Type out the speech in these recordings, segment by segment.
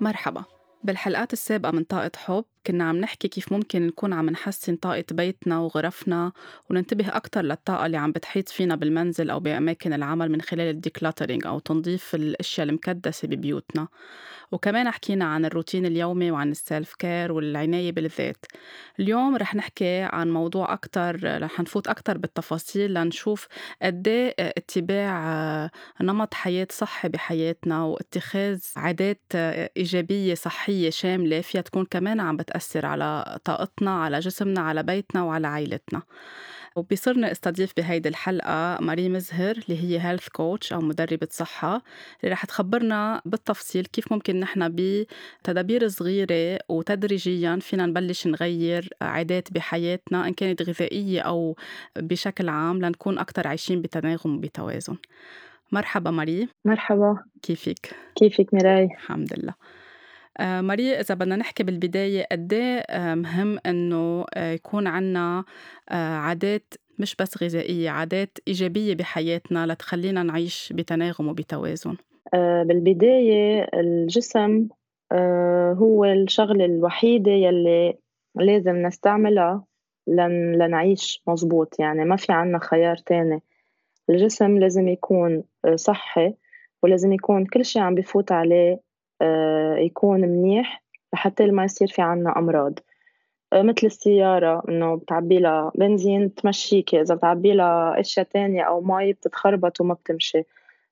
مرحبا. بالحلقات السابقة من طاقة حب كنا عم نحكي كيف ممكن نكون عم نحسن طاقة بيتنا وغرفنا وننتبه أكتر للطاقة اللي عم بتحيط فينا بالمنزل أو بأماكن العمل من خلال الديكلاترينج أو تنظيف الأشياء المكدسة ببيوتنا. وكمان حكينا عن الروتين اليومي وعن السيلف كير والعناية بالذات. اليوم رح نحكي عن موضوع أكتر، رح نفوت أكتر بالتفاصيل لنشوف قديه اتباع نمط حياة صحي بحياتنا واتخاذ عادات إيجابية صحية شاملة فيها تكون كمان عم بتأثر على طاقتنا، على جسمنا، على بيتنا وعلى عائلتنا. وبيصيرنا استضيف بهيدي الحلقة ماري مزهر اللي هي هيلث كوتش أو مدربة صحة، اللي رح تخبرنا بالتفصيل كيف ممكن نحن بتدابير صغيرة وتدريجيا فينا نبلش نغير عادات بحياتنا إن كانت غذائية أو بشكل عام لنكون أكتر عايشين بتناغم وبتوازن. مرحبا ماري، مرحبا، كيفك؟ كيفك ميراي؟ الحمد لله. ماري، إذا بدنا نحكي بالبداية قديه مهم إنه يكون عنا عادات مش بس غذائية، عادات إيجابية بحياتنا لتخلينا نعيش بتناغم وبتوازن. بالبداية الجسم هو الشغلة الوحيدة يلي لازم نستعملها لنعيش مزبوط، يعني ما في عنا خيار تاني. الجسم لازم يكون صحي، ولازم يكون كل شي عم بفوت عليه يكون منيح لحتى ما يصير في عنا أمراض. مثل السيارة إنه بتعبيلها بنزين تمشيكي، إذا بتعبيلها أشياء تانية أو مي بتتخربط وما بتمشي.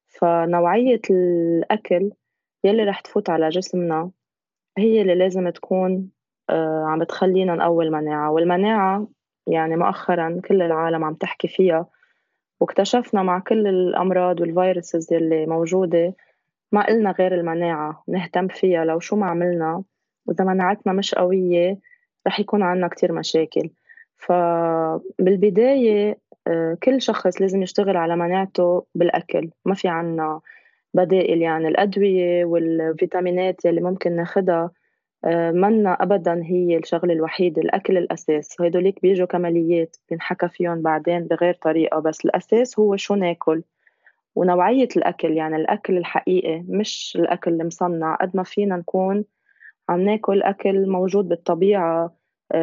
فنوعية الأكل يلي رح تفوت على جسمنا هي اللي لازم تكون عم بتخلّينا نقوي المناعة، والمناعة يعني مؤخرًا كل العالم عم تحكي فيها، واكتشفنا مع كل الأمراض والviruses يلّي موجودة ما إلنا غير المناعة نهتم فيها. لو شو ما عملنا وإذا مناعتنا مش قوية رح يكون عنا كتير مشاكل. فبالبداية كل شخص لازم يشتغل على مناعته بالأكل، ما في عنا بدائل. يعني الأدوية والفيتامينات يلي ممكن ناخدها منا أبدًا هي الشغلة الوحيدة. الأكل الأساس، هيدوليك بييجوا كماليات بينحكى فيهم بعدين بغير طريقة، بس الأساس هو شو ناكل ونوعية الأكل. يعني الأكل الحقيقي مش الأكل المصنّع، قد ما فينا نكون عم ناكل أكل موجود بالطبيعة،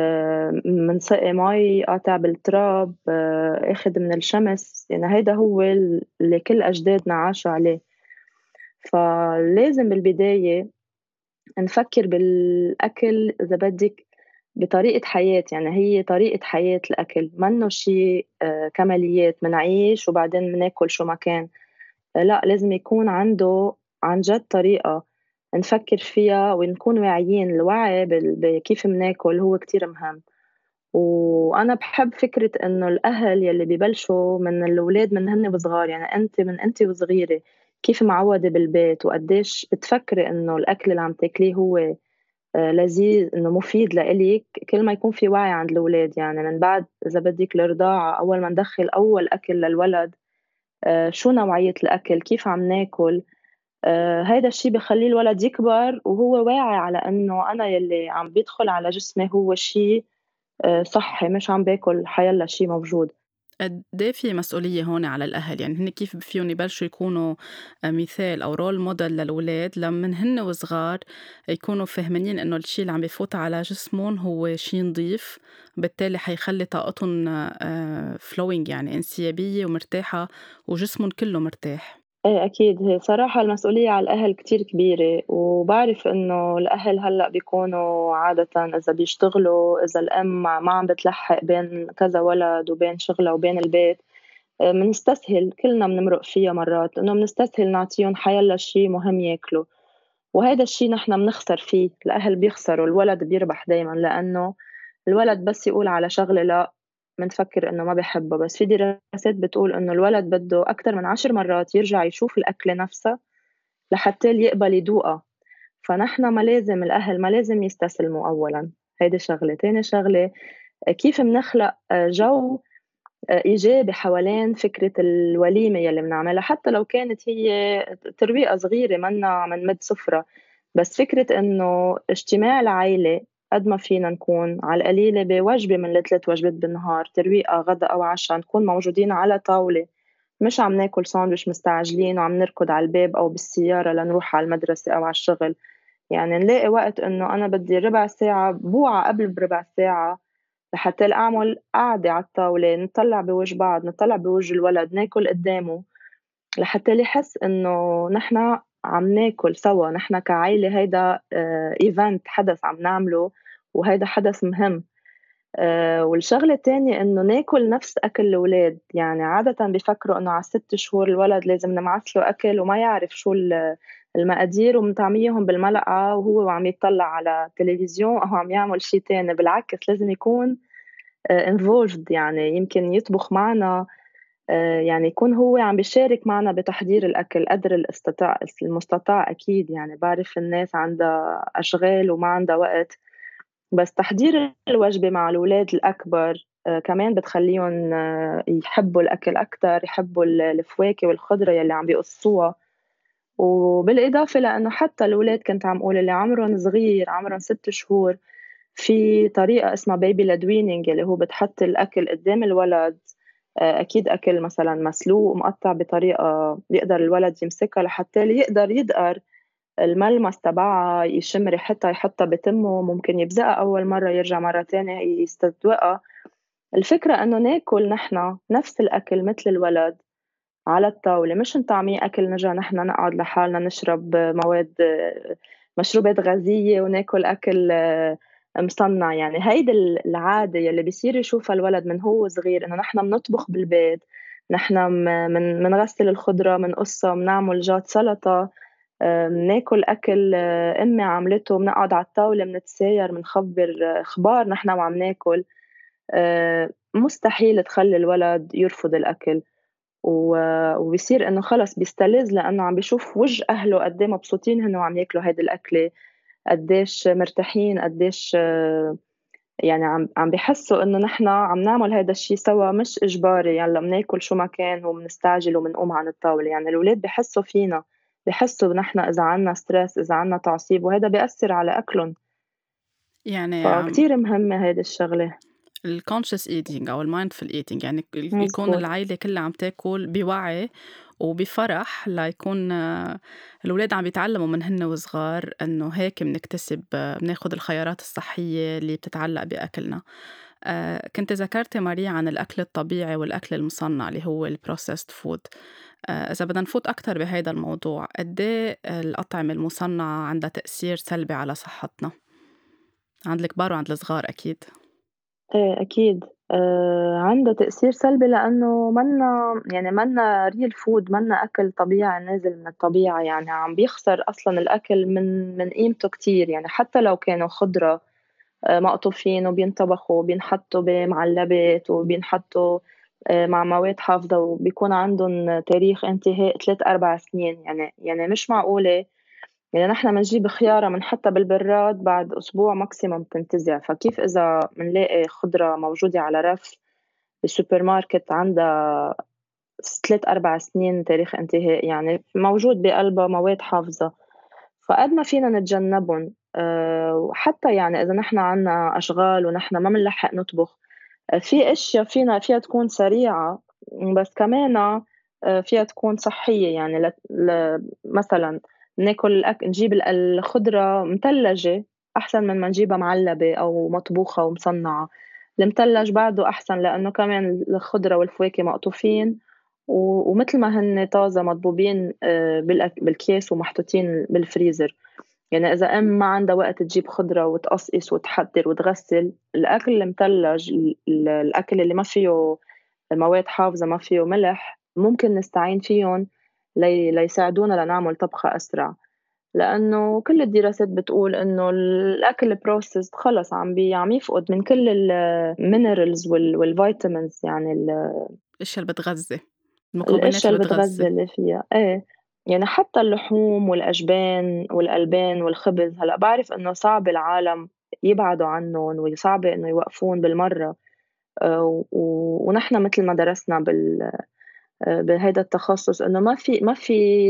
منسقي مي قاطع بالتراب، آخد من الشمس. يعني هيدا هو اللي كل أجدادنا عاشوا عليه. فلازم بالبداية نفكّر بالأكل إذا بدِّك بطريقة حياة، يعني هي طريقة حياة الأكل، منّه شي كماليات منعيش وبعدين مناكل شو ما كان. لأ، لازم يكون عنده عن جد طريقة نفكّر فيها ونكون واعيين. الوعي بكيف مناكل هو كتير مهم. وأنا باحب فكرة إنه الأهل يلّي ببلشوا من الولاد من هن وصغار، يعني أنتِ من أنتِ وصغيرة كيف معوّدة بالبيت وقديش بتفكري إنه الأكل اللي عم تاكليه هو لذيذ، إنه مفيد لإلِك، كل ما يكون في وعي عند الولاد. يعني من بعد إذا بدِّك الرضاعة أول ما ندخّل أول أكل للولد شو نوعية الأكل، كيف عم ناكل، هيدا الشي بيخلّي الولد يكبر وهو واعي على إنه أنا يلّي عم بيدخل على جسمي هو شي صحّي، مش عم باكل حيلّا شي موجود. قد إيه في مسؤولية هون على الأهل؟ يعني هن كيف فيهم يبلشوا يكونوا مثال أو رول موديل للولاد لمن هن وصغار، يكونوا فهمانين إنه الشي اللي عم بفوت على جسمهم هو شي نضيف، بالتالي حيخلي طاقتهم flowing، يعني انسيابية ومرتاحة وجسمهم كله مرتاح. إيه أكيد، هي صراحة المسؤولية على الأهل كتير كبيرة، وبعرف إنه الأهل هلأ بيكونوا عادةً إذا بيشتغلوا، إذا الأم ما عم بتلحّق بين كذا ولد وبين شغلها وبين البيت، منستسهل كلنا بنمرق فيها مرات إنه منستسهل نعطيهم حيلّا شي مهم ياكلوا. وهيدا الشي نحن منخسر فيه، الأهل بيخسروا الولد بيربح دايمًا، لإنه الولد بس يقول على شغلة لأ منفكر إنه ما بيحبّها. بس في دراسات بتقول إنه الولد بده أكتر من 10 مرات يرجع يشوف الأكلة نفسها لحتى يقبل يدوقها. فنحن ما لازم الأهل ما لازم يستسلموا أولًا، هيدي شغلة. تاني شغلة كيف منخلق جو إيجابي حوالين فكرة الوليمة يلّي منعملها، حتى لو كانت هي ترويقة صغيرة مَنّا عم نمد سفرة. بس فكرة إنه اجتماع العيلة قد ما فينا نكون على القليلة بوجبة من ال3 وجبات بالنهار، ترويقة غدا أو عشا، نكون موجودين على طاولة، مش عم ناكل ساندويش مستعجلين وعم نركض على الباب أو بالسيارة لنروح على المدرسة أو على الشغل. يعني نلاقي وقت إنه أنا بدي ربع ساعة بوعى قبل بربع ساعة لحتى أعمل قعدة على الطاولة، نطلّع بوجه بعض، نطلّع بوجه الولد، ناكل قدّامه، لحتى يحس إنه نحن عم ناكل سوا، نحن كعيلة هيدا event حدث عم نعمله وهيدا حدث مهم. والشغلة التانية إنه ناكل نفس أكل الولاد، يعني عادةً بيفكروا إنه على ال6 شهور الولد لازم نمعس له أكل وما يعرف شو المقادير ومطعميهم بالملقعة وهو عم يتطلّع على تلفزيون أو عم يعمل شي تاني، بالعكس لازم يكون involved يعني يمكن يطبخ معنا، يعني يكون هو عم بيشارك معنا بتحضير الأكل قدر المستطاع أكيد، يعني باعرف الناس عندها أشغال وما عندها وقت. بس تحضير الوجبة مع الولاد الأكبر كمان بتخلّيهم يحبّوا الأكل أكتر، يحبّوا الفواكه والخضرا يلّي عم بيقصّوها، وبالإضافة لإنه حتى الولاد كنت عم أقول اللي عمرُن صغير عمرُن 6 شهور، في طريقة اسمها baby led weaning اللي هو بتحط الأكل قدّام الولد، أكيد أكل مثلًا مسلوق مقطّع بطريقة يقدر الولد يمسكها لحتى يقدر يدقر الملمس تبعها، يشم ريحتها، يحطّها بتمّه، ممكن يبزقها أول مرّة يرجع مرّة تانية يستذوقها. الفكرة إنه ناكل نحن نفس الأكل متل الولد على الطاولة، مش نطعميه أكل نرجع نحن نقعد لحالنا نشرب مشروبات غازية وناكل أكل مصنّع، يعني هيدي العادة يلّي بيصير يشوفها الولد من هو صغير إنه نحن منطبخ بالبيت، نحن منغسل الخضرا، منقصّها، منعمل جات سلطة، مناكل أكل أمي عملته، منقعد على الطاولة منتساير، منخبّر أخبار نحن وعم ناكل، مستحيل تخلّي الولد يرفض الأكل. وبيصير إنه خلص بيستلذ لإنه عم بيشوف وجه أهله قد إيه مبسوطين هن وعم ياكلوا هيدي الأكلة، قديش مرتاحين، قديش يعني عم بيحسّوا إنه نحن عم نعمل هيدا الشي سوا مش إجباري يالّا مناكل شو ما كان ومنستعجل ومنقوم عن الطاولة، يعني الولاد بيحسّوا فينا، بيحسّوا نحن إذا عنا stress إذا عنا تعصيب وهيدا بيأثّر على أكلُن، يعني فكتير مهمة هيدي الشغلة. الconscious eating أو الmindful eating يعني يكون مضبوط. العيلة كلّها عم تاكل بوعي وبفرح ليكون الولاد عم بيتعلموا من هن وصغار إنه هيك منكتسب بناخد الخيارات الصحية اللي بتتعلق بأكلنا. كنتِ ذكرتِ ماريا عن الأكل الطبيعي والأكل المصنّع اللي هو الprocessed food. إذا بدنا نفوت أكتر بهيدا الموضوع، قد إيه الأطعمة المصنّعة عندها تأثير سلبي على صحتنا؟ عند الكبار وعند الصغار أكيد. إيه أكيد، عنده تأثير سلبي لإنه مَنّا real food مَنّا أكل طبيعي نازل من الطبيعة، يعني عم بيخسر أصلًا الأكل من قيمته كتير، يعني حتى لو كانوا خضرا مقطوفين وبينطبخوا وبينحطّوا بمعلبات وبينحطّوا مع مواد حافظة وبيكون عندُن تاريخ انتهاء 3، 4 سنين، يعني مش معقولة يعني نحن منجيب خيارة منحطّها بالبرّاد بعد أسبوع maximum تنتزع، فكيف إذا منلاقي خضرة موجودة على رف بالسوبر ماركت عندها 3، 4 سنين تاريخ انتهاء، يعني موجود بقلبها مواد حافظة، فقد ما فينا نتجنّبُن وحتى يعني إذا نحن عندنا أشغال ونحن ما منلحّق نطبخ، في أشيا فيها تكون سريعة بس كمان فيها تكون صحية، يعني مثلًا ناكل نجيب الخضرة متلّجة أحسن من ما نجيبها معلبة أو مطبوخة ومصنّعة، المتلّج بعده أحسن لإنه كمان الخضرة والفواكه مقطوفين ومتل ما هن طازة مضبوبين بالأكياس ومحطوطين بالفريزر. يعني إذا ما عندها وقت تجيب خضرة وتقصقص وتحضّر وتغسّل، الأكل المتلّج الأكل اللي ما فيه مواد حافظة، ما فيه ملح، ممكن نستعين فيُن ليساعدونا لنعمل طبخة أسرع، لإنه كل الدراسات بتقول إنه الأكل الprocessed خلص عم يفقد من كل الminerals والvitamins يعني الأشيا اللي بتغذّي، المكونات الأشيا اللي اللي بتغذّي بتغذّي. اللي فيها، إيه، يعني حتى اللحوم والأجبان والألبان والخبز، هلأ باعرف إنه صعب العالم يبعدوا عنّن وصعب إنه يوقفون بالمرّة، و ونحن متل ما درسنا بهيدا التخصُّص إنه ما في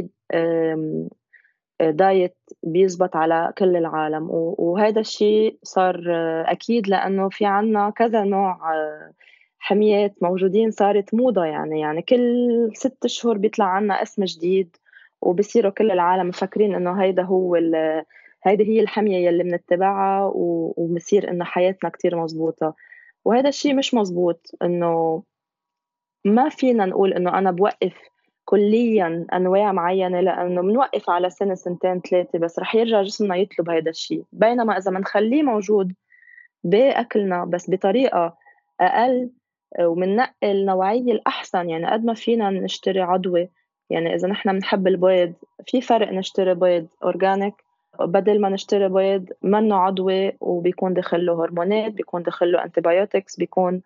diet بيزبط على كل العالم، وهيدا الشي صار أكيد لإنه في عندنا كذا نوع حميات موجودين صارت موضة يعني كل 6 أشهر بيطلع عنا اسم جديد، وبصيروا كل العالم مفكرين إنه هيدي هي الحمية يلّي بنتّبعها وبنصير إنه حياتنا كتير مضبوطة، وهيدا الشي مش مزبوط، إنه ما فينا نقول إنه أنا بوقّف كليًا أنواع معيّنة لإنه منوقّف على سَنة، سنتين، 3 بس رح يرجع جسمنا يطلب هيدا الشي، بينما إذا منخلّيه موجود بأكلنا بس بطريقة أقل ومننقّي النوعية الأحسن، يعني قد ما فينا نشتري عضوي، يعني إذا نحن منحب البيض في فرق نشتري بيض organic بدل ما نشتري بيض منّه عضوي وبيكون داخل له هرمونات، بيكون داخل له antibiotics بيكون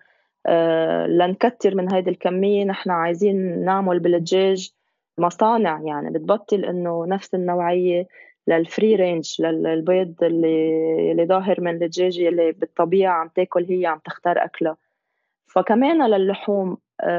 لنكتّر من هيدي الكمية نحن عايزين نعمل بالدجاج مصانع، يعني بتبطّل إنه نفس النوعية للfree range البيض اللي ظاهر من الدجاجة اللي بالطبيعة عم تاكل هي عم تختار أكلها، فكمان للحوم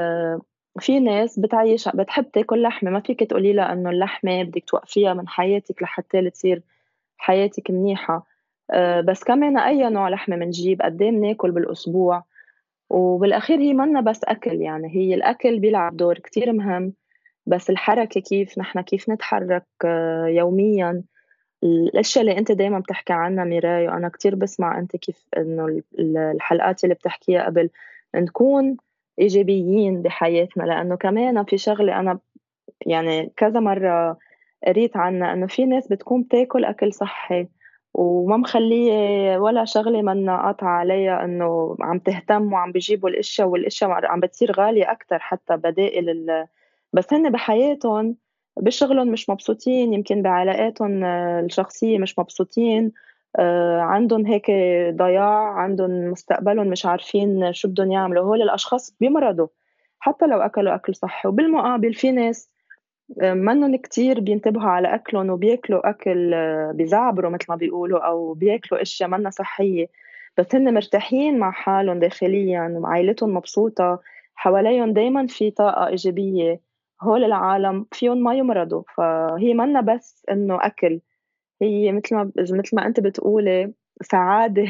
في ناس بتحب تاكل لحمة، ما فيكِ تقولي لها إنه اللحمة بدِّك توقفيها من حياتِك لحتى تصير حياتِك منيحة، بس كمان أي نوع لحمة منجيب، قد إيه مناكل بالأسبوع. وبالأخير هي مَنّا بس أكل، يعني هي الأكل بيلعب دور كتير مهم، بس الحركة كيف نتحرك يوميًا، الأشيا اللي أنتِ دايمًا بتحكي عنّا ميراي وأنا كتير باسمع أنتِ كيف إنه الحلقات اللي بتحكيها قبل، نكون إيجابيين بحياتنا، لإنه كمان في شغلة أنا يعني كذا مرّة قريت عنّا إنه في ناس بتكون بتاكل أكل صحّي وما مخلّية ولا شغلة مَنّا قاطعة عليها إنه عم تهتم وعم بيجيبوا الأشيا والأشيا عم بتصير غالية أكتر حتى بدائل بس هن بحياتهم بشغلهم مش مبسوطين، يمكن بعلاقاتهم الشخصية مش مبسوطين، عندهم هيك ضياع، عندهم مستقبلهم مش عارفين شو بدّن يعملوا، هول الأشخاص بيمرضوا حتى لو أكلوا أكل صحّي، وبالمقابل في ناس منّن كتير بينتبهوا على أكلُن وبياكلوا أكل بيزعبروا متل ما بيقولوا أو بياكلوا أشيا مَنّا صحية، بس هن مرتاحين مع حالٌ داخليًا وعيلتهم مبسوطة، حواليهم دايمًا في طاقة إيجابية، هول العالم فيهم ما يمرضوا، فهي مَنّا بس إنه أكل، هي متل ما أنتِ بتقولي سعادة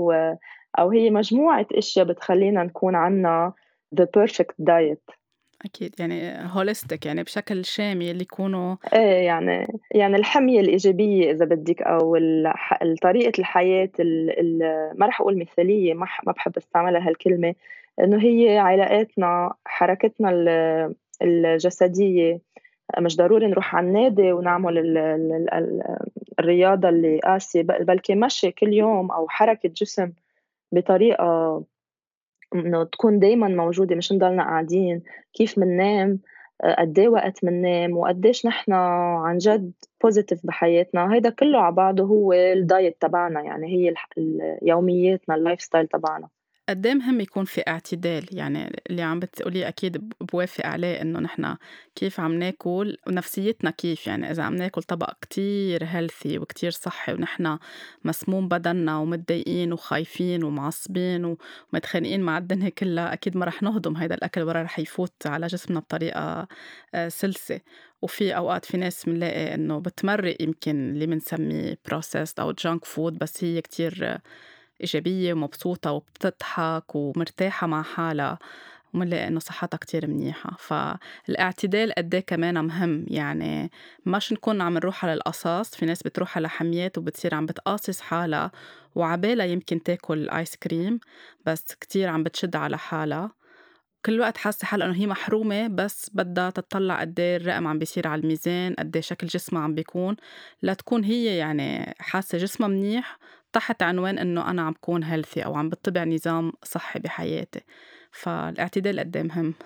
أو هي مجموعة أشيا بتخلّينا نكون عنا the perfect diet. أكيد يعني holistic يعني بشكل شامل يكونوا إيه يعني الحمية الإيجابية إذا بدِّك أو طريقة الحياة ال ما رح أقول مثالية ما باحب أستعملها هالكلمة، إنه هي علاقاتنا، حركتنا الجسدية، مش ضروري نروح على النادي ونعمل الرياضة اللي قاسية بلكي مشي كل يوم أو حركة جسم بطريقة إنه تكون دايمًا موجودة مش نضلنا قاعدين، كيف مننام، قد إيه وقت مننام، وقديش نحن عن جد positive بحياتنا، هيدا كلّه على بعضه هو الdiet تبعنا، يعني هي يومياتنا الlifestyle تبعنا. قد إيه مهم يكون في اعتدال، يعني اللي عم بتقوليه أكيد بوافق عليه إنه نحن كيف عم ناكل ونفسيتنا كيف، يعني إذا عم ناكل طبق كتير healthy وكتير صحّي ونحن مسموم بدننا ومتضايقين وخايفين ومعصبين ومتخانقين مع الدنيا كلّها، أكيد ما رح نهضم هيدا الأكل ولا رح يفوت على جسمنا بطريقة سلسة. وفي أوقات في ناس منلاقي إنه بتمرّق يمكن اللي منسميه processed أو junk food بس هي كتير إيجابية ومبسوطة وبتضحك ومرتاحة مع حالها ومنلاقي إنه صحتها كتير منيحة، فالاعتدال قد إيه كمان مهم، يعني مش نكون عم نروح على القصاص، في ناس بتروح على حميات وبتصير عم بتقاصص حالها وعبالها يمكن تاكل آيس كريم بس كتير عم بتشد على حالها، كل الوقت حاسة حالها إنه هي محرومة بس بدها تطلّع قد إيه الرقم عم بيصير على الميزان، قد إيه شكل جسمها عم بيكون، لتكون هي يعني حاسة جسمها منيح تحت عنوان إنه أنا عم كون healthy أو عم باتّبع نظام صحّي بحياتي، فالاعتدال قد إيه مهم.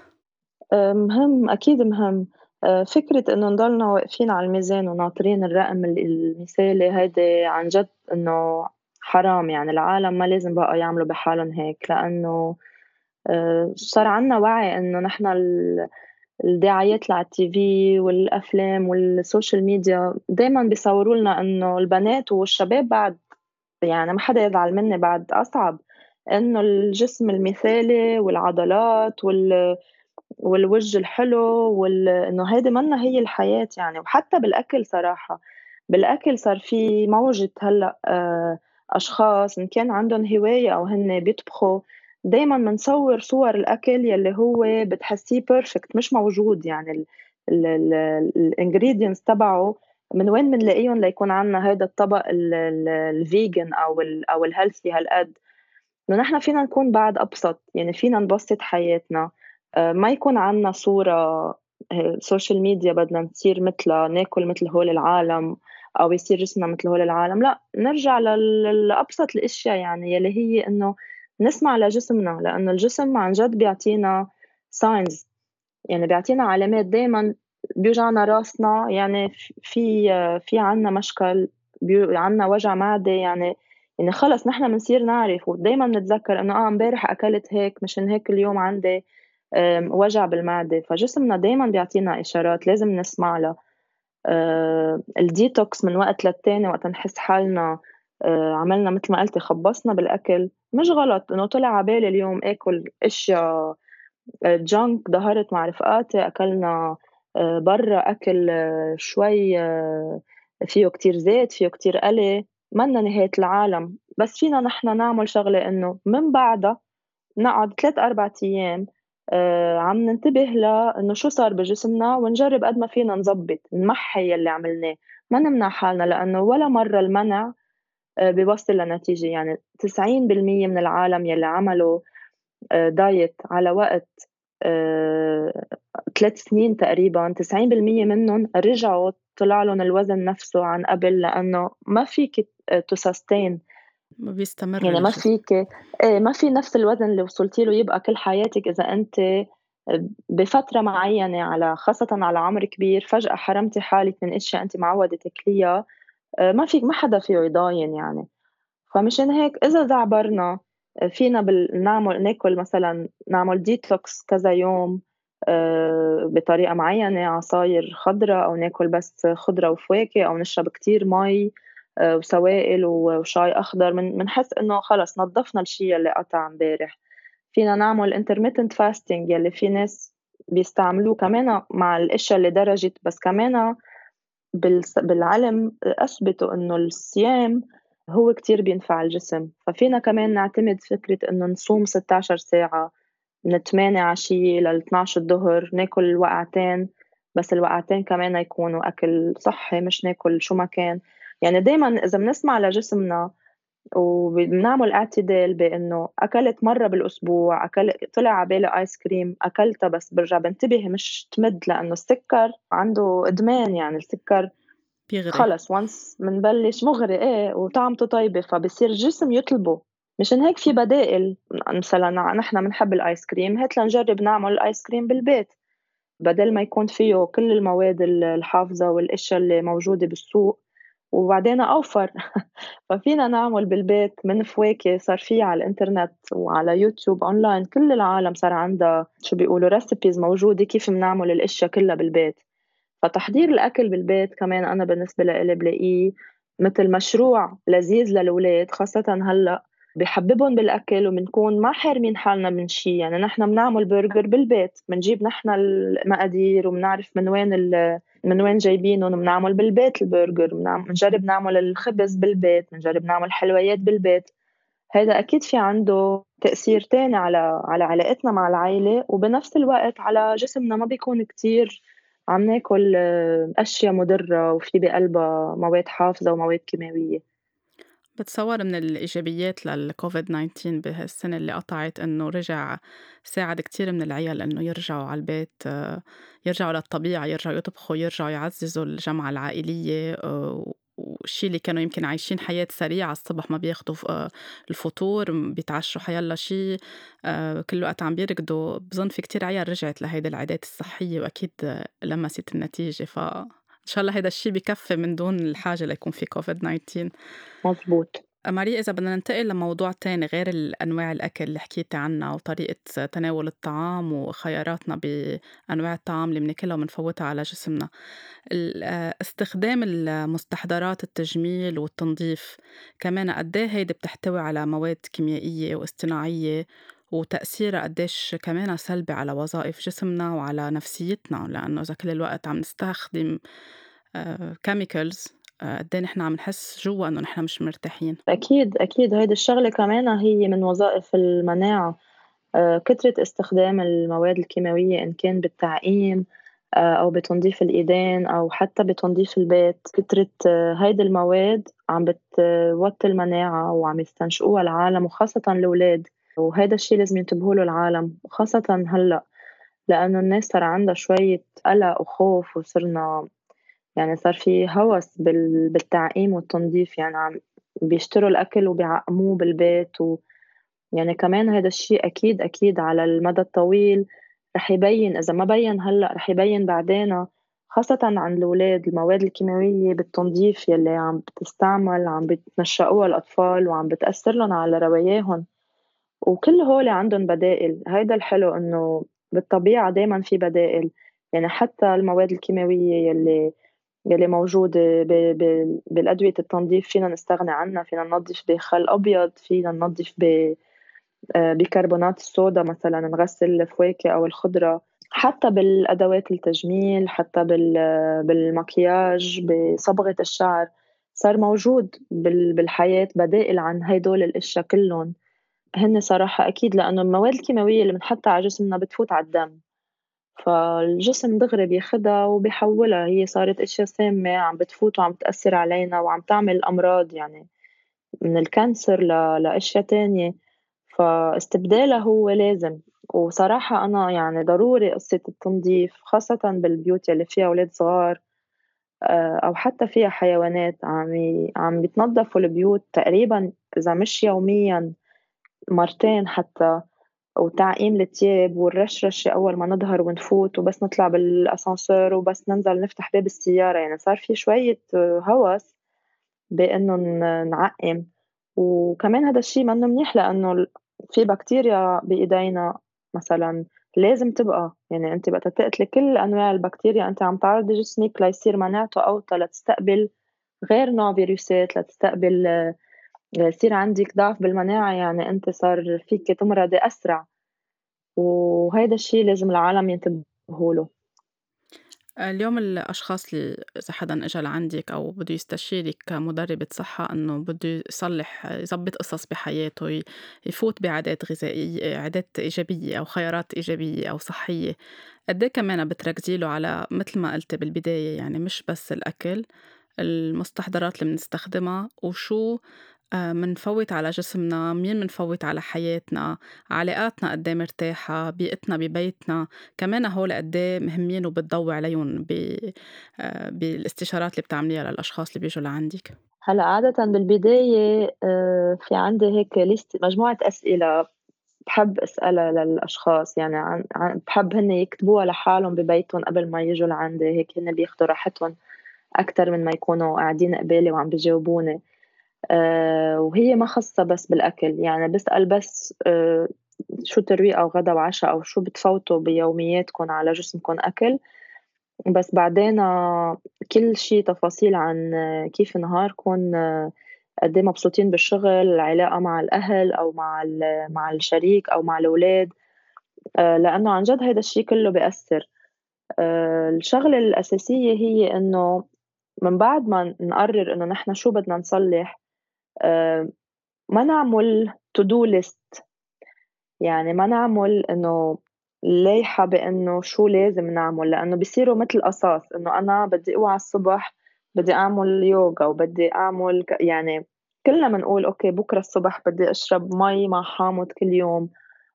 مهم أكيد مهم، فكرة إنه نضلنا واقفين على الميزان وناطرين الرقم المثالي هيدي عن جد إنه حرام، يعني العالم ما لازم بقى يعملوا بحالهم هيك، لإنه صار عندنا وعي إنه نحن الدعايات اللي على الTV والأفلام والسوشيال ميديا دايمًا بيصوروا لنا إنه البنات والشباب بعد يعني ما حدا يزعل منّي بعد أصعب، إنه الجسم المثالي والعضلات والوجه الحلو إنه هيدي مَنّا هي الحياة يعني، وحتى بالأكل صراحة، بالأكل صار في موجة هلأ أشخاص إن كان عندهم هواية أو هن بيطبخوا، دايمًا منصوّر صور الأكل يلّي هو بتحسّيه perfect مش موجود، يعني ال الingredients تبعه من وين منلاقيهم ليكون عنا هيدا الطبق الvegan أو الhealthy هالقد؟ إنه نحن فينا نكون بعد أبسط، يعني فينا نبسّط حياتنا، ما يكون عندنا صورة social media بدنا نصير متلا، ناكل متل هول العالم أو يصير جسمنا متل هول العالم، لأ نرجع لأبسط الأشيا يعني يلّي هي إنه نسمع لجسمنا، لإنه الجسم عن جد بيعطينا signs، يعني بيعطينا علامات دايمًا. بيوجعنا راسنا يعني في عندنا مشكل، عندنا وجع معدة يعني خلص نحن منصير نعرف ودايمًا نتذكّر إنه امبارح أكلت هيك مشان هيك اليوم عندي وجع بالمعدة، فجسمنا دايمًا بيعطينا إشارات لازم نسمع لها. الdetox من وقت للتاني وقت نحس حالنا عملنا متل ما قلتِ خبّصنا بالأكل، مش غلط إنه طلع على بالي اليوم آكل أشيا junk، ضهرت مع رفقاتي أكلنا برّا أكل شوي فيه كتير زيت، فيه كتير قلي، مَنّا نهاية العالم، بس فينا نحن نعمل شغلة إنه من بعدا نقعد 3، 4 أيام عم ننتبه إنه شو صار بجسمنا ونجرّب قد ما فينا نضبّط، نمحّي يلّي عملناه، ما نمنع حالنا لإنه ولا مرّة المنع بيوصّل لنتيجة، يعني 90% من العالم يلّي عملوا diet على وقت آآ 3 سنين تقريبًا، 90% منّن رجعوا طلع لهم الوزن نفسه عن قبل، لإنه ما فيكِ to sustain، ما بيستمر يعني ما الجسم. فيكِ ما في نفس الوزن اللي وصلتِ له يبقى كل حياتِك إذا أنتِ بفترة معيّنة خاصةً على عمر كبير فجأة حرمتِ حالِك من أشيا أنتِ معوّدة تاكليها، ما حدا فيه يضاين يعني. فمشان هيك إذا زعبرنا فينا ناكل مثلًا نعمل detox كذا يوم بطريقة معيّنة، عصاير خضرا أو ناكل بس خضرا وفواكه أو نشرب كتير مي وسوائل وشاي أخضر، منحس إنه خلص نضّفنا الشي يلّي قطع امبارح. فينا نعمل intermittent fasting يلّي في ناس بيستعملوه كمان مع الأشيا اللي درجت، بس كمان بالعلم أثبتوا إنه الصيام هو كتير بينفع الجسم، ففينا كمان نعتمد فكرة إنه نصوم 16 ساعة من 8 عشية ل12 الضهر، ناكل وقعتين، بس الوقعتين كمان يكونوا أكل صحّي مش ناكل شو ما كان، يعني دايمًا إذا بنسمع لجسمنا وبنعمل اعتدال بإنه أكلت مرّة بالأسبوع، طلع على بالي آيس كريم أكلتها بس بارجع بانتبه مش تمد، لإنه السكر عنده إدمان، يعني السكر بيغري. خلص once منبلش مُغري وطعمته طيبة، فبصير الجسم يطلبه، مشان هيك في بدائل، مثلًا نحن بنحب الآيس كريم، هات لنجرب نعمل الآيس كريم بالبيت، بدال ما يكون فيه كل المواد الحافظة والأشيا اللي موجودة بالسوق وبعدين أوفر. ففينا نعمل بالبيت من فواكه صار في على الإنترنت وعلى يوتيوب أونلاين كل العالم صار عندها شو بيقولوا recipes موجودة كيف منعمل الأشيا كلّا بالبيت. فتحضير الأكل بالبيت كمان أنا بالنسبة لإلي بالاقيه متل مشروع لذيذ للولاد، خاصةً هلأ بيحببن بالأكل وبنكون ما حارمين حالنا من شي، يعني نحن بنعمل برجر بالبيت، بنجيب نحن المقادير وبنعرف من وين جايبينُن، وبنعمل بالبيت البرجر، بنجرب نعمل الخبز بالبيت، بنجرب نعمل حلويات بالبيت، هيدا أكيد في عنده تأثير تاني على علاقتنا مع العيلة، وبنفس الوقت على جسمنا ما بيكون كتير عم ناكل أشيا مُضرّة وفي بقلبها مواد حافظة ومواد كيماوية. بتصور من الإيجابيات للكوفيد 19 بهالسنة اللي قطعت إنه رجع ساعد كتير من العيال إنه يرجعوا على البيت، يرجعوا للطبيعة، يرجعوا يطبخوا، يرجعوا يعززوا الجمعة العائلية، والشي اللي كانوا يمكن عايشين حياة سريعة الصبح ما بياخدوا الفطور، بيتعشوا حيلا شي، كل وقت عم بيركضوا. بظن في كتير عيال رجعت لهيدي العادات الصحية وأكيد لمست النتيجة، فإن شاء الله هيدا الشي بكفي من دون الحاجة ليكون في كوفيد 19. مضبوط. ماري، إذا بدنا ننتقل لموضوع تاني غير أنواع الأكل اللي حكيتي عنها وطريقة تناول الطعام وخياراتنا بأنواع الطعام اللي بناكلها وبنفوتها على جسمنا، استخدام المستحضرات التجميل والتنظيف كمان قد إيه هيدي بتحتوي على مواد كيميائية واصطناعية، وتأثيرها قديش كمان سلبي على وظائف جسمنا وعلى نفسيتنا، لأنه إذا كل الوقت عم نستخدم chemicals، قد إيه نحن عم نحس جوا إنه نحن مش مرتاحين. أكيد، أكيد هيدي الشغلة كمان هي من وظائف المناعة، كترة استخدام المواد الكيماوية إن كان بالتعقيم أو بتنضيف الإيدين أو حتى بتنضيف البيت. كترة هيدي المواد عم بتوطي المناعة وعم يستنشقوها العالم وخاصةً الولاد، وهيدا الشي لازم ينتبهوا له العالم وخاصةً هلأ، لإنه الناس صار عندها شوية قلق وخوف وصرنا يعني صار في هوس بالتعقيم والتنضيف، يعني بيشتروا الأكل وبيعقموه بالبيت يعني كمان هيدا الشي أكيد أكيد على المدى الطويل رح يبين، إذا ما بين هلأ رح يبين بعدين، خاصةً عند الولاد. المواد الكيماوية بالتنظيف يلّي عم بتستعمل عم بتنشّأوها الأطفال وعم بتأثّر لُن على رواياهن، وكل هول عندُن بدائل. هيدا الحلو إنه بالطبيعة دايمًا في بدائل، يعني حتى المواد الكيماوية يلّي موجودة بالأدوية التنظيف فينا نستغنى عنّا، فينا ننضّف بخل أبيض، فينا ننضّف بيكربونات الصودا مثلًا، نغسّل الفواكه أو الخضرة، حتى بالأدوات التجميل، حتى بالمكياج، بصبغة الشعر، صار موجود بالحياة بدائل عن هيدول الأشيا كلّن. هن صراحة أكيد لإنه المواد الكيماوية اللي بنحطّها على جسمنا بتفوت على الدم، فالجسم دغري بياخدا وبيحوّلها، هي صارت أشيا سامة عم بتفوت وعم تأثّر علينا وعم تعمل أمراض يعني من الكانسر لأشيا تانية، فاستبدالها هو لازم. وصراحة أنا يعني ضروري قصة التنضيف خاصةً بالبيوت يلّي فيها ولاد صغار أو حتى فيها حيوانات عم يتنضّفوا البيوت تقريبًا إذا مش يوميًا مرتين حتى، وتعقيم التياب والرشرشة أول ما نضهر ونفوت وبس نطلع بالأسانسير وبس ننزل نفتح باب السيارة، يعني صار في شوية هوس بإنه نعقّم. وكمان هيدا الشي منّه منيح لإنه في بكتيريا بإيدينا مثلًا لازم تبقى، يعني أنتِ وقت تقتلي كل أنواع البكتيريا أنتِ عم تعرضي جسمِك ليصير مناعته أوطى لتستقبل غير نوع فيروسات، لتستقبل يصير عندِك ضعف بالمناعة، يعني أنتِ صار فيكِ تمرضي أسرع، وهيدا الشي لازم العالم ينتبهوا له. اليوم الأشخاص اللي إذا حدًا إجا لعندِك أو بده يستشيرِك كمُدربة صحة إنه بده يضبّط قصص بحياته، يفوت بعادات غذائية عادات إيجابية أو خيارات إيجابية أو صحية، قد إيه كمان بتركزي له على متل ما قلتِ بالبداية يعني مش بس الأكل، المستحضرات اللي منستخدمها وشو منفوّت على جسمنا، مين منفوّت على حياتنا، علاقاتنا قد إيه مرتاحة، بيئتنا ببيتنا، كمان هول قد إيه مهمين وبتضوّي عليهم بالاستشارات اللي بتعمليها للأشخاص اللي بييجوا لعندِك؟ هلأ عادةً بالبداية في عندي هيك مجموعة أسئلة باحب أسألها للأشخاص، يعني باحب هن يكتبوها لحالهم ببيتهم قبل ما ييجوا لعندي، هيك هن بياخدوا راحتهم أكتر من ما يكونوا قاعدين قبالي وعم بيجاوبوني. وهي ما خاصة بس بالأكل، يعني باسأل بس شو ترويق أو غدا وعشا أو شو بتفوتوا بيومياتكم على جسمكم أكل، بس بعدينا كل شي تفاصيل عن كيف نهاركم، قد إيه مبسوطين بالشغل، العلاقة مع الأهل أو مع الشريك أو مع الولاد، لإنه عن جد هيدا الشي كلّه بيأثّر. الشغلة الأساسية هي إنه من بعد ما نقرر إنه نحن شو بدنا نصلّح، آآ ما نعمل to do list، يعني ما نعمل إنه لايحة بإنه شو لازم نعمل، لإنه بصيروا متل قصاص، إنه أنا بدي أوعى الصبح بدي أعمل يوجا وبدي أعمل يعني كلنا بنقول أوكي بكرة الصبح بدي أشرب مي مع حامض كل يوم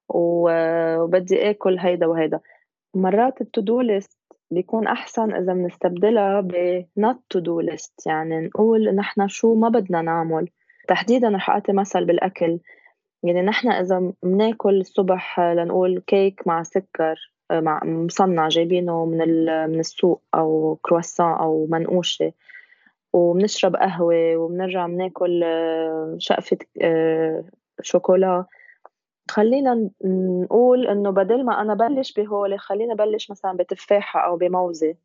وبدي آكل هيدا وهيدا. مرات الto do list بيكون أحسن إذا بنستبدلها not to do list، يعني نقول نحن شو ما بدنا نعمل. تحديدًا رح أعطي مثل بالأكل، يعني نحن إذا مناكل الصبح لنقول كيك مع سكر مع مصنّع جايبينه من السوق أو croissant أو منقوشة، وبنشرب قهوة وبنرجع بناكل شقفة شوكولا، خلّينا نقول إنه بدال ما أنا بلّش بهول خلّيني بلّش مثلًا بتفاحة أو بموزة،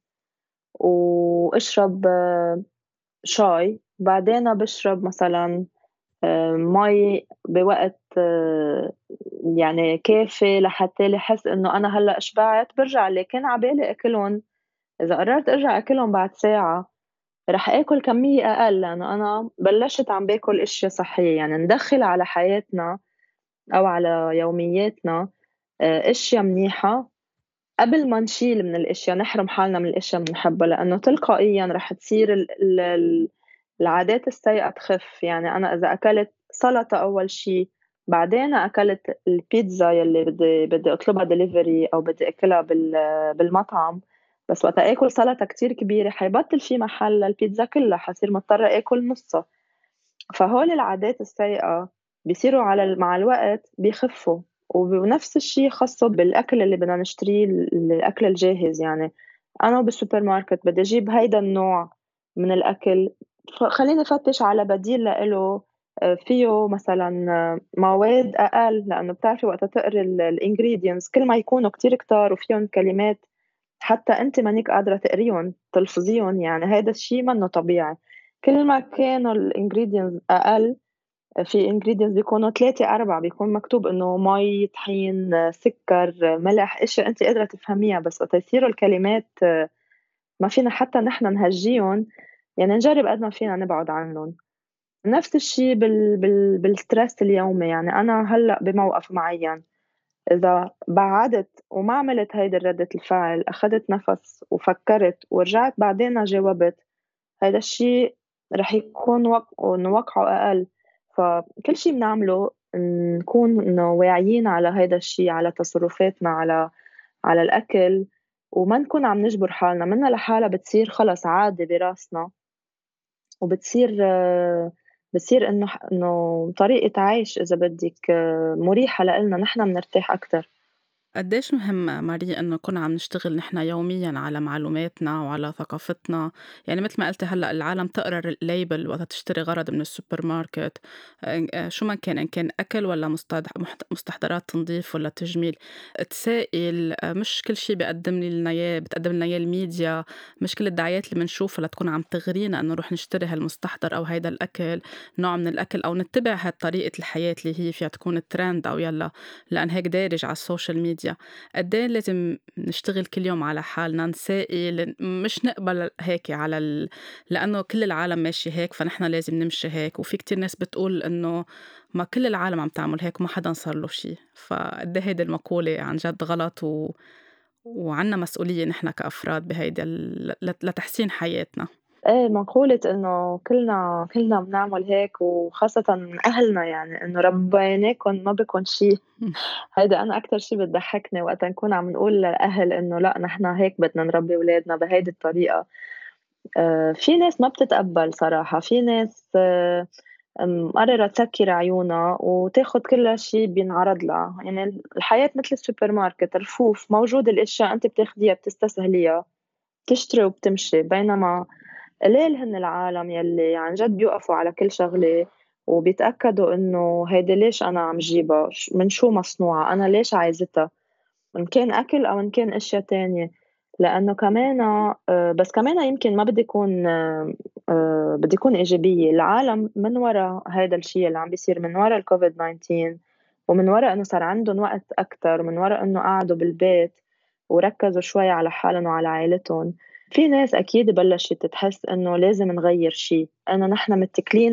واشرب شاي، بعدين باشرب مثلًا مَي بوقت يعني كافي لحتى أحس إنه أنا هلأ شبعت، بارجع اللي كان على بالي آكلهم إذا قررت أرجع آكلهم بعد ساعة رح آكل كمية أقل، لإنه أنا بلشت عم باكل أشيا صحية، يعني ندخّل على حياتنا أو على يومياتنا أشيا منيحة قبل ما نشيل من الأشيا نحرم حالنا من الأشيا اللي بنحبها، لإنه تلقائيًا رح تصير العادات السيئة تخف. يعني أنا إذا أكلت سلطة أول شي، بعدين أكلت البيتزا يلّي بدي أطلبها delivery أو بدي آكلها بالمطعم، بس وقت آكل سلطة كتير كبيرة حيبطل في محل للبيتزا كلّها، حاصير مضطرة آكل نُصّها. فهول العادات السيئة بيصيروا مع الوقت بيخفّوا. ونفس الشي خاصّه بالأكل اللي بدنا نشتريه الأكل الجاهز. يعني أنا بالسوبر ماركت بدي أجيب هيدا النوع من الأكل، خلّيني أفتش على بديل لإله فيه مثلًا مواد أقل، لإنه بتعرفي وقتها تقري الingredients كل ما يكونوا كتير كتار وفيهم كلمات حتى أنتِ مانيك قادرة تقريهم، تلفظيهم، يعني هيدا الشي منّه طبيعي. كل ما كانوا الingredients أقل، في ingredients بيكونوا 3، 4 بيكون مكتوب إنه مي، طحين، سكر، ملح، أشيا أنتِ قادرة تفهميها، بس وقت يصيروا الكلمات ما فينا حتى نحن نهجّيهم، يعني نجرّب قد ما فينا نبعد عنّن. نفس الشي بالstress اليومي. يعني أنا هلأ بموقف معيّن، إذا بعدت وما عملت هيدي ردة الفعل، أخدت نفس وفكّرت ورجعت بعدين جاوبت، هيدا الشي رح يكون إنه وقعه أقل. فكل شي بنعمله نكون إنه واعيين على هيدا الشي، على تصرفاتنا، على الأكل، وما نكون عم نجبر حالنا. منّا لحالها بتصير خلص عادة براسنا، وبتصير بتصير إنه طريقة عيش إذا بدِّك مُريحة لإلنا، نحن منرتاح أكتر. قديش مهم ماري إنه نكون عم نشتغل نحن يوميا على معلوماتنا وعلى ثقافتنا؟ يعني مثل ما قلتي هلا العالم تقرا الليبل وقت تشتري غرض من السوبر ماركت، شو ما كان، إن كان أكل ولا مستحضرات تنظيف ولا تجميل، تسائل. مش كل شيء بتقدم لنا إياه الميديا، مش كل الدعايات اللي بنشوفها لتكون عم تغرينا إنه نروح نشتري هالمستحضر أو هيدا الأكل، نوع من الأكل، أو نتبع هالطريقة الحياة اللي هي فيها تكون ترند أو يلا لأن هيك دارج على السوشيال ميديا. قد إيه لازم نشتغل كل يوم على حالنا، نسائل، مش نقبل هيك لأنه كل العالم ماشي هيك فنحن لازم نمشي هيك. وفي كتير ناس بتقول إنه ما كل العالم عم تعمل هيك وما حدا صار له شي. فقد إيه هيدي المقولة عن جد غلط، وعنا مسؤولية نحن كأفراد بهيدا لتحسين حياتنا. إيه، مقولة إنه كلنا بنعمل هيك، وخاصةً أهلنا، يعني إنه ربّيناكم ما بكم شي. هيدا أنا أكتر شي بتضحّكني وقت نكون عم نقول للأهل إنه لأ نحن هيك بدنا نربّي ولادنا بهيدي الطريقة. في ناس ما بتتقبّل صراحة، في ناس مقررة تسكّر عيونا وتاخُد كل شي بينعرض لها. يعني الحياة متل السوبر ماركت، رفوف موجودة الأشياء أنتِ بتاخديها بتستسهليها، بتشتري وبتمشي. بينما قليل هن العالم يلّي عن جد بيوقفوا على كل شغلة وبيتأكدوا إنه هيدي ليش أنا عم جيبها، من شو مصنوعة، أنا ليش عايزتها، إن كان أكل أو إن كان أشيا تانية. لإنه كمان بس كمان يمكن ما بدي أكون بدي أكون إيجابية. العالم من ورا هيدا الشي اللي عم بيصير، من ورا الCovid-19 ومن ورا إنه صار عندن وقت أكتر، من ورا إنه قعدوا بالبيت وركّزوا شوي على حالن وعلى عيلتن، في ناس أكيد بلّشت تحس إنه لازم نغيّر شي، إنه نحن متّكلين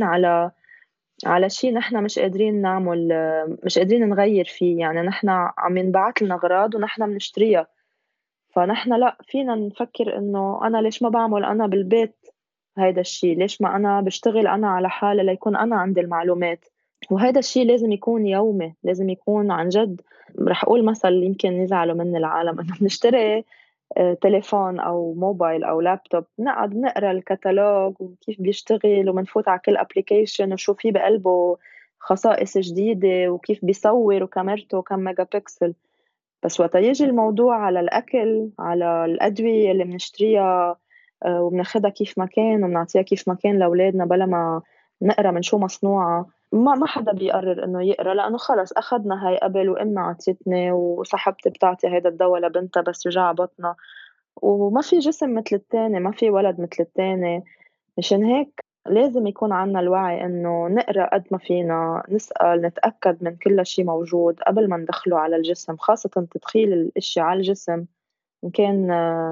على شي نحن مش قادرين نعمل، مش قادرين نغيّر فيه. يعني نحن عم ينبعت لنا أغراض ونحن بنشتريها، فنحن لأ، فينا نفكّر إنه أنا ليش ما باعمل أنا بالبيت هيدا الشي، ليش ما أنا باشتغل أنا على حالي ليكون أنا عندي المعلومات. وهيدا الشي لازم يكون يومي، لازم يكون عن جد. رح أقول مثل يمكن يزعلوا منّي العالم إنه بنشتري تليفون أو موبايل أو لابتوب، نقعد نقرا الكتالوج وكيف بيشتغل ومنفوت على كل application وشو في بقلبه خصائص جديدة وكيف بيصوّر وكاميرته كام ميجا بكسل. بس وقت ييجي الموضوع على الأكل، على الأدوية اللي بنشتريها وبناخدها كيف ما كان وبنعطيها كيف ما كان لولادنا بلا ما نقرا من شو مصنوعة، ما حدا بيقرر إنه يقرا، لإنه خلص أخدنا هاي قبل وأمي عطيتني وصاحبتي بتعطي هيدا الدوا لبنتها بس وجع بطنها. وما في جسم متل التاني، ما في ولد متل التاني. مشان هيك لازم يكون عنا الوعي إنه نقرا قد ما فينا، نسأل، نتأكد من كل شي موجود قبل ما ندخله على الجسم، خاصةً تدخيل الأشيا على الجسم إن كان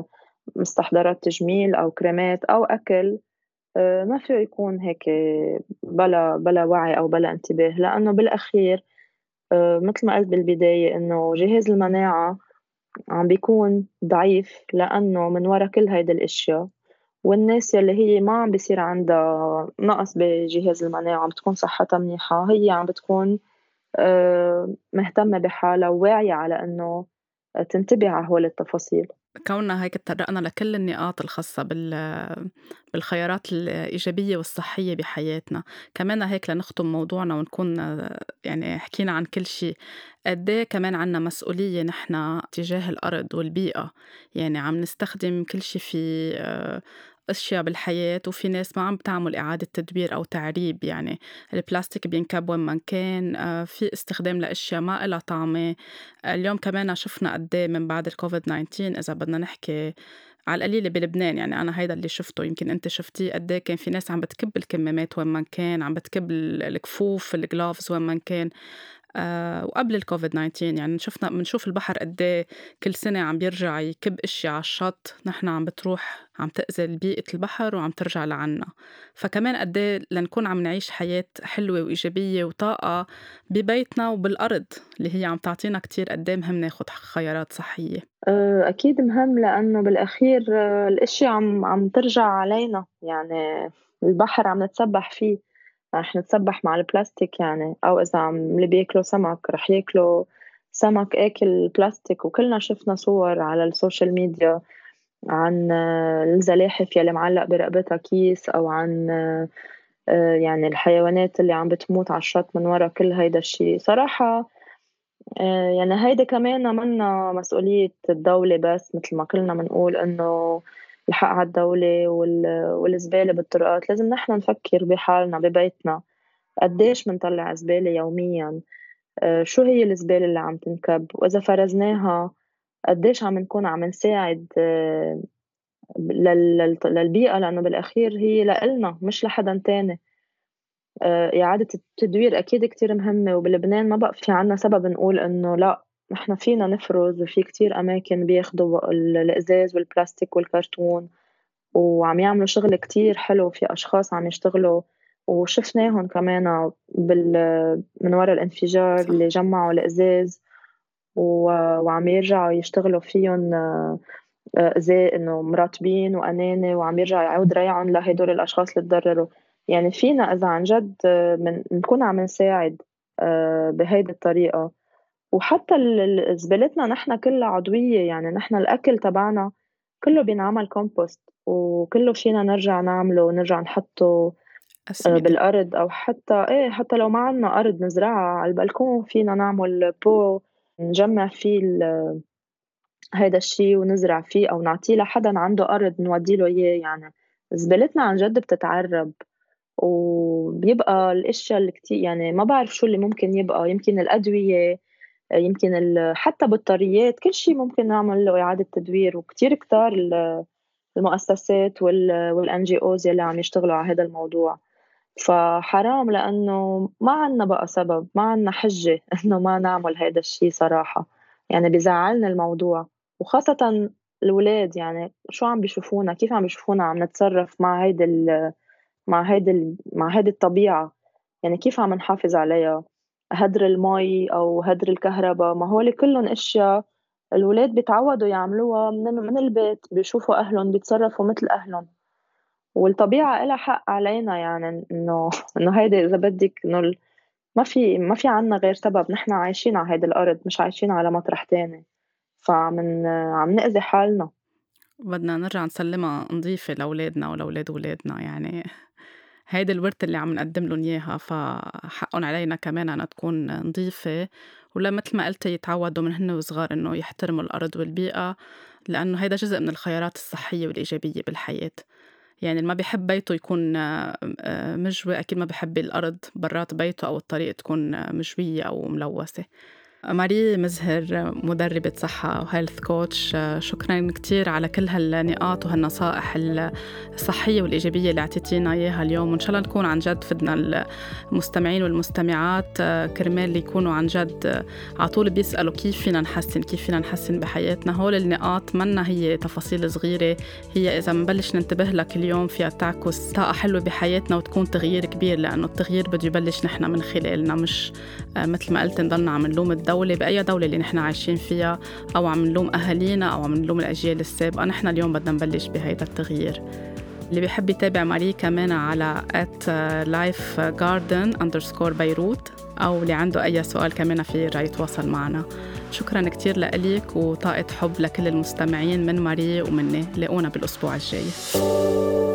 مستحضرات تجميل أو كريمات أو أكل. ما فيه يكون هيك بلا وعي أو بلا انتباه، لإنه بالأخير متل ما قُلت بالبداية إنه جهاز المناعة عم بيكون ضعيف لإنه من ورا كل هيدي الأشيا، والناس يلّي هي ما عم بيصير عندها نقص بجهاز المناعة وعم بتكون صحتها منيحة، هي عم بتكون مهتمة بحالها وواعية على إنه تنتبه على هول التفاصيل. كوننا هيك اتطرقنا لكل النقاط الخاصة بالخيارات الإيجابية والصحية بحياتنا، كمان هيك لنختم موضوعنا ونكون يعني حكينا عن كل شي. قد إيه كمان عنا مسؤولية نحن تجاه الأرض والبيئة، يعني عم نستخدم كل شي في أشياء بالحياة، وفي ناس ما عم بتعمل إعادة تدوير أو تعريب. يعني البلاستيك بينكب وين ما كان، في استخدام لأشياء ما إلها طعمة. اليوم كمان شفنا قد إيه من بعد الكوفيد 19 إذا بدنا نحكي على القليلة بلبنان، يعني أنا هيدا اللي شفته، يمكن أنت شفتيه، قد إيه كان في ناس عم بتكب الكمامات وين ما كان، عم بتكب الكفوف الجلوفز وين ما كان. وقبل الكوفيد 19 يعني بنشوف البحر قد إيه كل سنة عم بيرجع يكب أشياء على الشط، نحن عم بتروح عم تأذي بيئة البحر وعم ترجع لعنا. فكمان قد إيه لنكون عم نعيش حياة حلوة وإيجابية وطاقة ببيتنا وبالأرض اللي هي عم تعطينا كتير، قد إيه مهم ناخد خيارات صحية. أكيد مهم لإنه بالأخير الأشيا عم ترجع علينا، يعني البحر عم نتسبّح فيه، رح نتسبّح مع البلاستيك يعني، أو إذا اللي بياكلوا سمك رح ياكلوا سمك آكل بلاستيك، وكلنا شفنا صور على السوشيال ميديا عن الزلاحف يلّي معلّق برقبتها كيس، أو عن يعني الحيوانات اللي عم بتموت على الشط من ورا كل هيدا الشي. صراحة يعني هيدا كمان مَنّا مسؤولية الدولة بس، متل ما كلنا منقول إنه الحق على الدولة والزبالة بالطرقات، لازم نحن نفكّر بحالنا ببيتنا قديش منطلّع زبالة يوميًا، شو هي الزبالة اللي عم تنكب، وإذا فرزناها قديش عم نكون عم نساعد للبيئة، لإنه بالأخير هي لإلنا مش لحدًا تاني. إعادة التدوير أكيد كتير مهمة، وبلبنان ما بقى في عنا سبب نقول إنه لأ، نحن فينا نفرز، وفي كتير أماكن بياخدوا الإزاز والبلاستيك والكرتون وعم يعملوا شغل كتير حلو، في أشخاص عم يشتغلوا وشفناهم كمان من ورا الانفجار اللي صح. جمعوا الإزاز وعم يرجعوا يشتغلوا فيُن زي إنه مراتبين وأنانة، وعم يرجع يعود ريعٌ لهيدول الأشخاص اللي اتضرروا. يعني فينا إذا عن جد نكون عم نساعد بهيدي الطريقة. وحتى زبالتنا نحن كلّها عضوية، يعني نحن الأكل تبعنا كلّه بينعمل compost، وكلّه فينا نرجع نعمله ونرجع نحطّه أسمدة. بالأرض، أو حتى حتى لو ما عندنا أرض نزرعها على البلكون فينا نعمل pot نجمّع فيه هيدا الشي ونزرع فيه، أو نعطيه لحدًا عنده أرض نودّي له إياه يعني. زبالتنا عن جد بتتعرّب، وبيبقى الأشيا اللي يعني ما بعرف شو اللي ممكن يبقى، يمكن الأدوية، يمكن حتى بطاريات، كل شي ممكن نعمل له إعادة تدوير، وكتير كتار المؤسسات والNGOs يلّي عم يشتغلوا على هيدا الموضوع. فحرام لإنه ما عندنا بقى سبب، ما عندنا حجة إنه ما نعمل هيدا الشي صراحة، يعني بيزعّلني الموضوع، وخاصةً الولاد، يعني شو عم بيشوفونا، كيف عم بيشوفونا عم نتصرّف مع هيدي الطبيعة، يعني كيف عم نحافظ عليها، هدر المي أو هدر الكهربا، ما هول كلّن أشيا الولاد بيتعودوا يعملوها من البيت، بيشوفوا أهلُن بيتصرّفوا متل أهلُن. والطبيعة إلها حق علينا، يعني إنه إنه هيدي إذا بدِّك إنه ما في عنا غير سبب، نحن عايشين على هيدي الأرض مش عايشين على مطرح تاني، عم نأذي حالنا. بدنا نرجع نسلمها نضيفة لأولادنا ولأولاد ولادنا، يعني هيدي الورثة اللي عم نقدّم لهم إياها، فحقٌ علينا كمان أنها تكون نضيفة. متل ما قلتِ يتعودوا من هن وصغار إنه يحترموا الأرض والبيئة، لإنه هيدا جزء من الخيارات الصحية والإيجابية بالحياة. يعني اللي ما بيحب بيته يكون مجوي، أكيد ما بيحب الأرض برّات بيته أو الطريق تكون مشوية أو ملوثة. ماري مزهر، مدربة صحة وهيلث كوتش، شكراً كتير على كل هالنقاط وهالنصائح الصحية والإيجابية اللي عطيتينا إياها اليوم، وإن شاء الله نكون عن جد فدنا المستمعين والمستمعات، كرمال اللي يكونوا عن جد عطول بيسألوا كيف فينا نحسن بحياتنا. هول النقاط منا هي تفاصيل صغيرة، هي إذا منبلش ننتبه لها كل يوم فيها تعكس طاقة حلوة بحياتنا وتكون تغيير كبير، لأنه التغيير بده يبلش نحن من خلالنا، مش مثل ما قلت نضلنا عم نلوم الدولة دولة بأي دولة اللي نحن عايشين فيها، أو عم نلوم أهالينا أو عم نلوم الأجيال السابقة. نحن اليوم بدنا نبلش بهيدا التغيير. اللي بيحب يتابع ماري كمان على @lifegarden_بيروت، أو اللي عنده أي سؤال كمان في يتواصل معنا. شكراً كتير لك، وطاقة حب لكل المستمعين من ماري ومني. لاقونا بالأسبوع الجاي.